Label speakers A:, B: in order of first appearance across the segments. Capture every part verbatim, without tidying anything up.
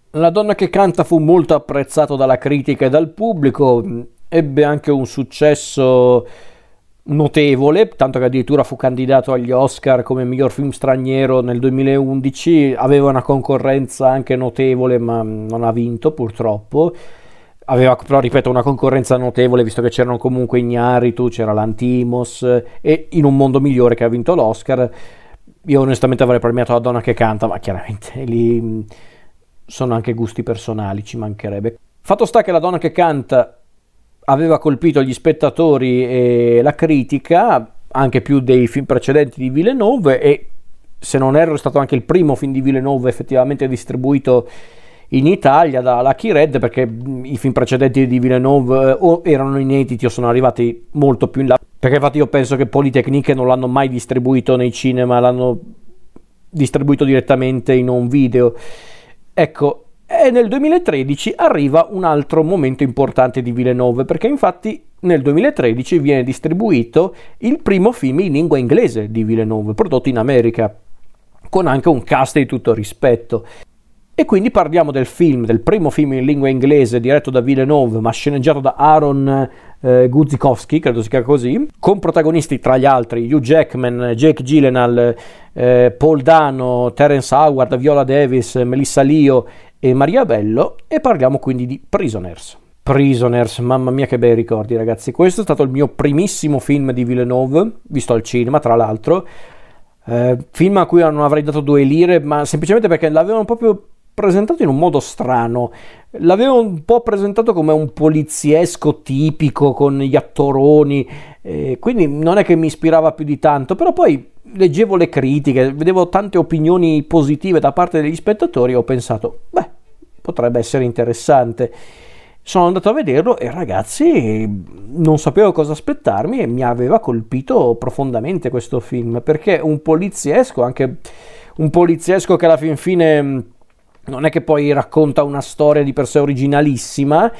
A: La donna che canta fu molto apprezzato dalla critica e dal pubblico, ebbe anche un successo notevole, tanto che addirittura fu candidato agli Oscar come miglior film straniero nel duemilaundici, aveva una concorrenza anche notevole ma non ha vinto purtroppo, aveva però ripeto una concorrenza notevole visto che c'erano comunque Iñárritu, c'era Lanthimos e In un mondo migliore che ha vinto l'Oscar. Io onestamente avrei premiato La donna che canta, ma chiaramente lì sono anche gusti personali, ci mancherebbe. Fatto sta che La donna che canta aveva colpito gli spettatori e la critica, anche più dei film precedenti di Villeneuve, e se non erro è stato anche il primo film di Villeneuve effettivamente distribuito in Italia da Lucky Red, perché i film precedenti di Villeneuve o erano inediti o sono arrivati molto più in là, perché infatti io penso che Polytechnique non l'hanno mai distribuito nei cinema, l'hanno distribuito direttamente in un video. Ecco, e nel duemilatredici arriva un altro momento importante di Villeneuve, perché infatti nel duemilatredici viene distribuito il primo film in lingua inglese di Villeneuve, prodotto in America, con anche un cast di tutto rispetto. E quindi parliamo del film, del primo film in lingua inglese diretto da Villeneuve, ma sceneggiato da Aaron eh, Guzikowski, credo si chiama così, con protagonisti tra gli altri Hugh Jackman, Jake Gyllenhaal, eh, Paul Dano, Terrence Howard, Viola Davis, Melissa Leo e Maria Bello, e parliamo quindi di Prisoners. Prisoners, mamma mia che bei ricordi ragazzi, questo è stato il mio primissimo film di Villeneuve, visto al cinema tra l'altro, eh, film a cui non avrei dato due lire, ma semplicemente perché l'avevano proprio presentato in un modo strano, l'avevo un po' presentato come un poliziesco tipico con gli attoroni, eh, quindi non è che mi ispirava più di tanto, però poi leggevo le critiche, vedevo tante opinioni positive da parte degli spettatori e ho pensato, beh, potrebbe essere interessante. Sono andato a vederlo e ragazzi non sapevo cosa aspettarmi e mi aveva colpito profondamente questo film, perché un poliziesco, anche un poliziesco che alla fin fine non è che poi racconta una storia di per sé originalissima,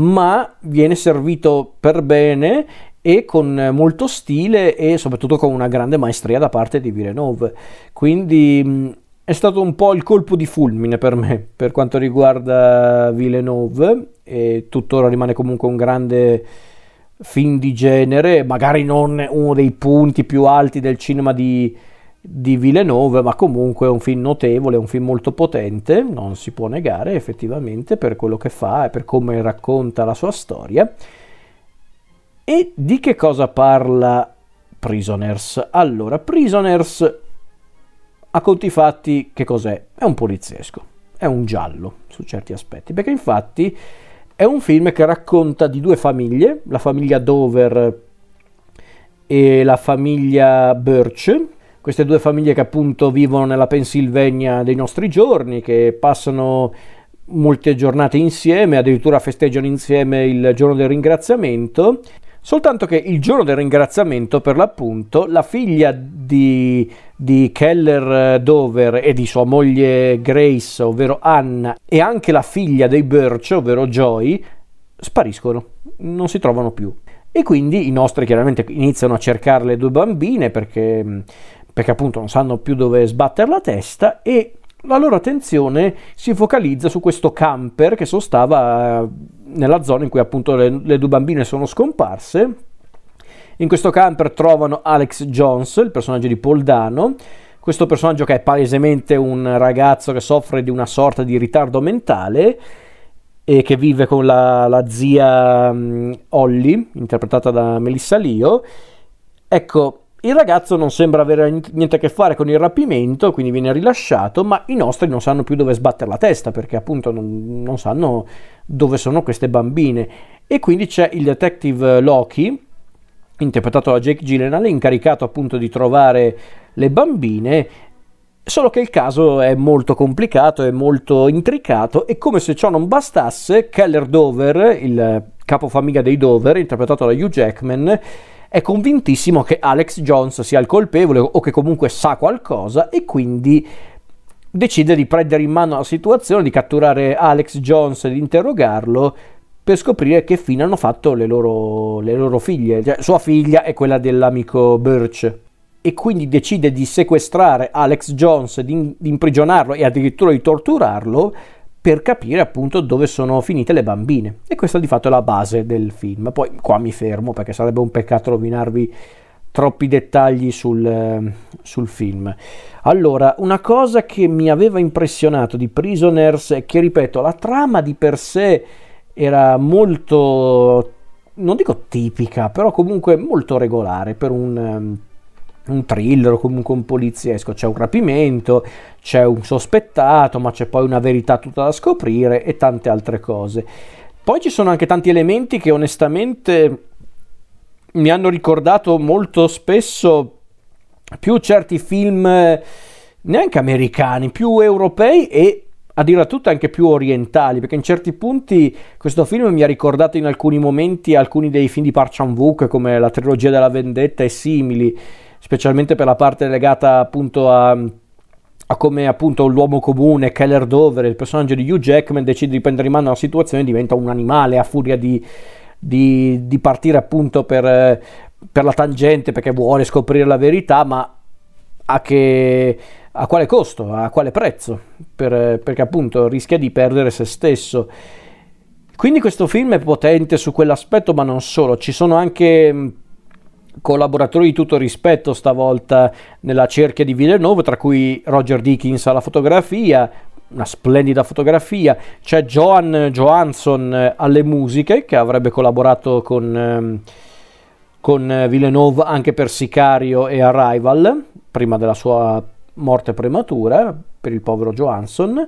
A: ma viene servito per bene e con molto stile e soprattutto con una grande maestria da parte di Villeneuve. Quindi mh, è stato un po' il colpo di fulmine per me per quanto riguarda Villeneuve, e tuttora rimane comunque un grande film di genere, magari non uno dei punti più alti del cinema di di Villeneuve, ma comunque è un film notevole, è un film molto potente, non si può negare effettivamente per quello che fa e per come racconta la sua storia. E di che cosa parla Prisoners? Allora, Prisoners a conti fatti che cos'è? È un poliziesco, è un giallo su certi aspetti, perché infatti è un film che racconta di due famiglie, la famiglia Dover e la famiglia Birch. Queste due famiglie che appunto vivono nella Pennsylvania dei nostri giorni, che passano molte giornate insieme, addirittura festeggiano insieme il giorno del ringraziamento, soltanto che il giorno del ringraziamento per l'appunto la figlia di, di Keller Dover e di sua moglie Grace, ovvero Anna, e anche la figlia dei Birch, ovvero Joy, spariscono, non si trovano più. E quindi i nostri chiaramente iniziano a cercare le due bambine perché... perché appunto non sanno più dove sbattere la testa, e la loro attenzione si focalizza su questo camper che sostava nella zona in cui appunto le, le due bambine sono scomparse. In questo camper trovano Alex Jones, il personaggio di Paul Dano, questo personaggio che è palesemente un ragazzo che soffre di una sorta di ritardo mentale e che vive con la, la zia um, Holly, interpretata da Melissa Leo. Ecco, il ragazzo non sembra avere niente a che fare con il rapimento, quindi viene rilasciato, ma i nostri non sanno più dove sbattere la testa, perché appunto non, non sanno dove sono queste bambine. E quindi c'è il detective Loki, interpretato da Jake Gyllenhaal, incaricato appunto di trovare le bambine, solo che il caso è molto complicato, è molto intricato, e come se ciò non bastasse, Keller Dover, il capofamiglia dei Dover, interpretato da Hugh Jackman, è convintissimo che Alex Jones sia il colpevole o che comunque sa qualcosa, e quindi decide di prendere in mano la situazione, di catturare Alex Jones e di interrogarlo per scoprire che fine hanno fatto le loro, le loro figlie, cioè sua figlia e quella dell'amico Birch. E quindi decide di sequestrare Alex Jones, di, di imprigionarlo e addirittura di torturarlo per capire appunto dove sono finite le bambine, e questa di fatto è la base del film. Poi qua mi fermo perché sarebbe un peccato rovinarvi troppi dettagli sul, sul film. Allora, una cosa che mi aveva impressionato di Prisoners è che, ripeto, la trama di per sé era molto, non dico tipica, però comunque molto regolare per un un thriller o comunque un poliziesco. C'è un rapimento, c'è un sospettato, ma c'è poi una verità tutta da scoprire e tante altre cose. Poi ci sono anche tanti elementi che onestamente mi hanno ricordato molto spesso più certi film neanche americani, più europei e a dire tutto anche più orientali, perché in certi punti questo film mi ha ricordato in alcuni momenti alcuni dei film di Park Chan-wook, come la trilogia della vendetta e simili, specialmente per la parte legata appunto a, a come appunto l'uomo comune, Keller Dover, il personaggio di Hugh Jackman, decide di prendere in mano la situazione e diventa un animale a furia di, di, di partire appunto per, per la tangente, perché vuole scoprire la verità, ma a, che, a quale costo, a quale prezzo, per, perché appunto rischia di perdere se stesso. Quindi questo film è potente su quell'aspetto, ma non solo, ci sono anche collaboratori di tutto rispetto stavolta nella cerchia di Villeneuve, tra cui Roger Deakins alla fotografia, una splendida fotografia, c'è Johan Johansson alle musiche, che avrebbe collaborato con, con Villeneuve anche per Sicario e Arrival, prima della sua morte prematura, per il povero Johansson.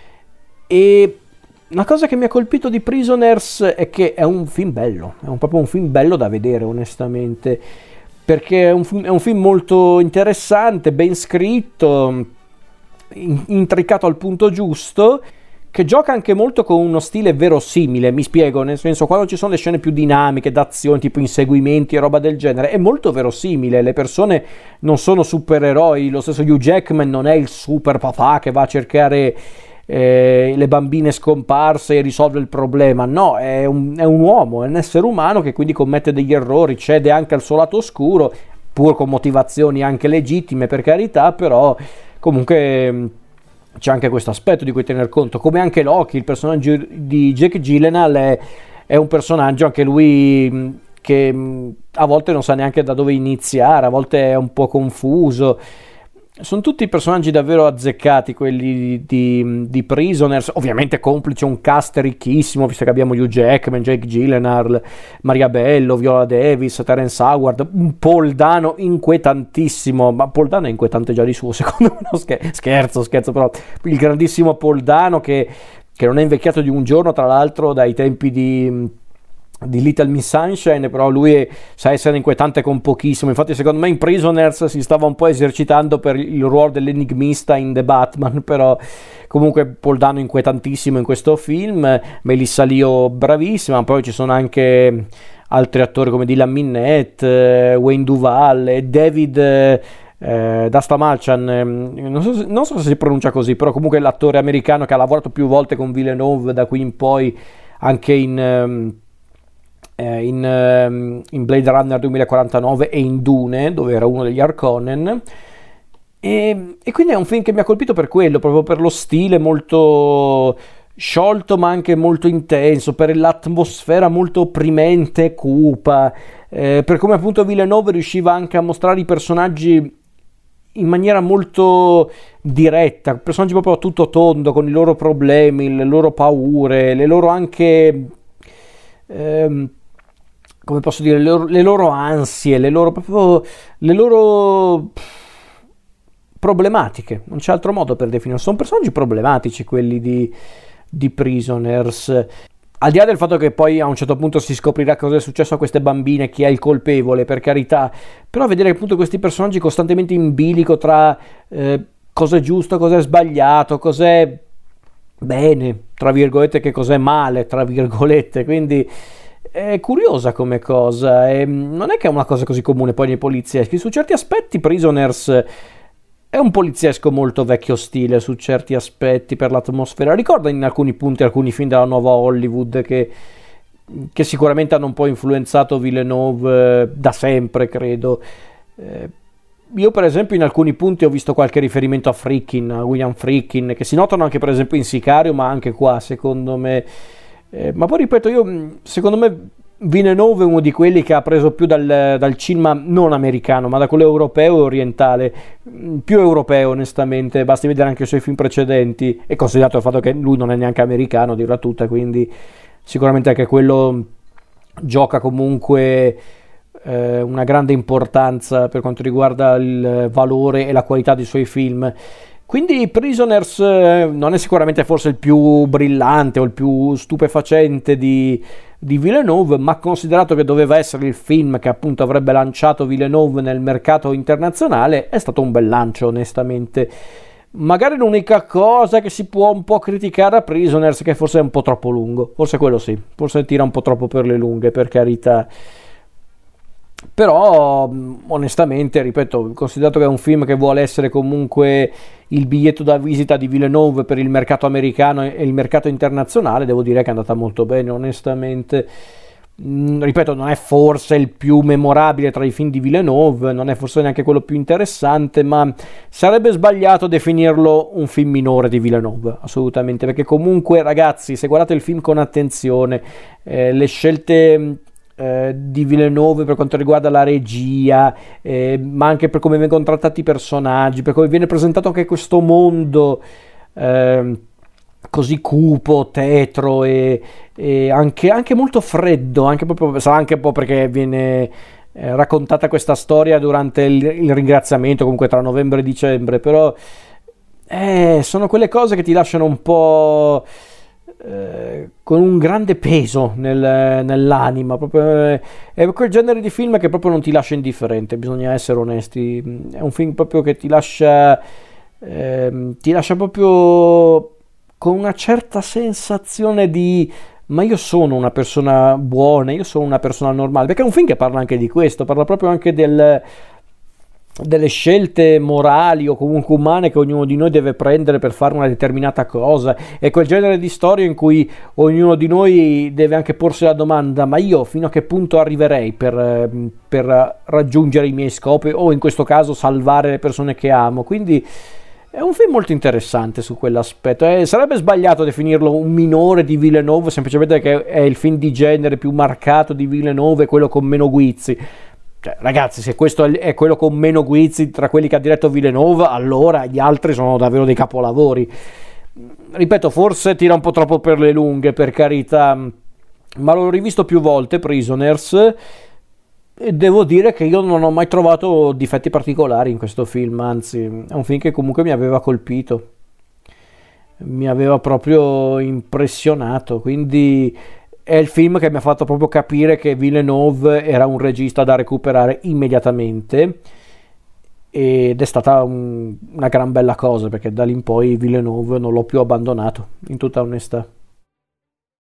A: E una cosa che mi ha colpito di Prisoners è che è un film bello, è un, proprio un film bello da vedere onestamente, perché è un, è un film molto interessante, ben scritto, in, intricato al punto giusto, che gioca anche molto con uno stile verosimile, mi spiego, nel senso, quando ci sono le scene più dinamiche, d'azione, tipo inseguimenti e roba del genere, è molto verosimile, le persone non sono supereroi, lo stesso Hugh Jackman non è il super papà che va a cercare Eh, le bambine scomparse e risolve il problema, no, è un, è un uomo, è un essere umano che quindi commette degli errori, cede anche al suo lato oscuro, pur con motivazioni anche legittime, per carità, però comunque c'è anche questo aspetto di cui tener conto, come anche Loki, il personaggio di Jake Gyllenhaal è, è un personaggio anche lui che a volte non sa neanche da dove iniziare, a volte è un po' confuso. Sono tutti personaggi davvero azzeccati quelli di, di, di Prisoners, ovviamente complice un cast ricchissimo, visto che abbiamo Hugh Jackman, Jake Gyllenhaal, Maria Bello, Viola Davis, Terence Howard, un Paul Dano inquietantissimo, ma Paul Dano è inquietante già di suo, secondo me, no, scherzo, scherzo, però il grandissimo Paul Dano che, che non è invecchiato di un giorno, tra l'altro dai tempi di... di Little Miss Sunshine, però lui sa essere inquietante con pochissimo. Infatti secondo me in Prisoners si stava un po' esercitando per il ruolo dell'enigmista in The Batman, però comunque Paul Dano inquietantissimo in questo film, Melissa Leo bravissima, poi ci sono anche altri attori come Dylan Minnette, Wayne Duvall e David eh, Dasta Malchan, eh, non, so se, non so se si pronuncia così, però comunque l'attore americano che ha lavorato più volte con Villeneuve da qui in poi, anche in... Um, In, in Blade Runner duemilaquarantanove e in Dune, dove era uno degli Harkonnen, e, e quindi è un film che mi ha colpito per quello, proprio per lo stile molto sciolto ma anche molto intenso, per l'atmosfera molto opprimente, cupa, eh, per come appunto Villeneuve riusciva anche a mostrare i personaggi in maniera molto diretta, personaggi proprio a tutto tondo, con i loro problemi, le loro paure, le loro anche... Ehm, come posso dire, le loro, le loro ansie, le loro proprio le loro problematiche, non c'è altro modo per definirlo, sono personaggi problematici quelli di, di Prisoners, al di là del fatto che poi a un certo punto si scoprirà cosa è successo a queste bambine, chi è il colpevole, per carità, però vedere appunto questi personaggi costantemente in bilico tra eh, cosa è giusto, cosa è sbagliato, cos'è bene, tra virgolette, che cos'è male, tra virgolette, quindi è curiosa come cosa, e non è che è una cosa così comune poi nei polizieschi. Su certi aspetti Prisoners è un poliziesco molto vecchio stile, su certi aspetti, per l'atmosfera, ricorda in alcuni punti alcuni film della nuova Hollywood che, che sicuramente hanno un po' influenzato Villeneuve da sempre, credo. Eh, io per esempio in alcuni punti ho visto qualche riferimento a Friedkin, a William Friedkin, che si notano anche per esempio in Sicario, ma anche qua secondo me. Eh, ma poi ripeto, io secondo me Villeneuve è uno di quelli che ha preso più dal, dal cinema non americano, ma da quello europeo e orientale, più europeo onestamente, basti vedere anche i suoi film precedenti, e considerato il fatto che lui non è neanche americano, a dirla tutta, quindi sicuramente anche quello gioca comunque eh, una grande importanza per quanto riguarda il valore e la qualità dei suoi film. Quindi Prisoners eh, non è sicuramente forse il più brillante o il più stupefacente di, di Villeneuve, ma considerato che doveva essere il film che appunto avrebbe lanciato Villeneuve nel mercato internazionale, è stato un bel lancio onestamente. Magari l'unica cosa che si può un po' criticare a Prisoners è che forse è un po' troppo lungo, forse quello sì, forse tira un po' troppo per le lunghe, per carità. Però onestamente, ripeto, considerato che è un film che vuole essere comunque il biglietto da visita di Villeneuve per il mercato americano e il mercato internazionale, devo dire che è andata molto bene onestamente. Mm, ripeto, non è forse il più memorabile tra i film di Villeneuve, non è forse neanche quello più interessante, ma sarebbe sbagliato definirlo un film minore di Villeneuve, assolutamente, perché comunque ragazzi, se guardate il film con attenzione, eh, le scelte Eh, di Villeneuve per quanto riguarda la regia, eh, ma anche per come vengono trattati i personaggi, per come viene presentato anche questo mondo eh, così cupo, tetro e, e anche, anche molto freddo, anche proprio, sarà anche un po' perché viene eh, raccontata questa storia durante il, il ringraziamento, comunque tra novembre e dicembre, però eh, sono quelle cose che ti lasciano un po' Eh, con un grande peso nel, nell'anima, proprio, eh, è quel genere di film che proprio non ti lascia indifferente, bisogna essere onesti, è un film proprio che ti lascia eh, ti lascia proprio con una certa sensazione di ma io sono una persona buona, io sono una persona normale, perché è un film che parla anche di questo, parla proprio anche del delle scelte morali o comunque umane che ognuno di noi deve prendere per fare una determinata cosa. È quel genere di storia in cui ognuno di noi deve anche porsi la domanda: ma io fino a che punto arriverei per, per raggiungere i miei scopi, o in questo caso salvare le persone che amo? Quindi è un film molto interessante su quell'aspetto. Eh, sarebbe sbagliato definirlo un minore di Villeneuve semplicemente perché è il film di genere più marcato di Villeneuve, quello con meno guizzi. Cioè, ragazzi, se questo è quello con meno guizzi tra quelli che ha diretto Villeneuve, allora gli altri sono davvero dei capolavori. Ripeto, forse tira un po' troppo per le lunghe, per carità, ma l'ho rivisto più volte, Prisoners, e devo dire che io non ho mai trovato difetti particolari in questo film, anzi, è un film che comunque mi aveva colpito, mi aveva proprio impressionato, quindi è il film che mi ha fatto proprio capire che Villeneuve era un regista da recuperare immediatamente, ed è stata un, una gran bella cosa, perché da lì in poi Villeneuve non l'ho più abbandonato, in tutta onestà.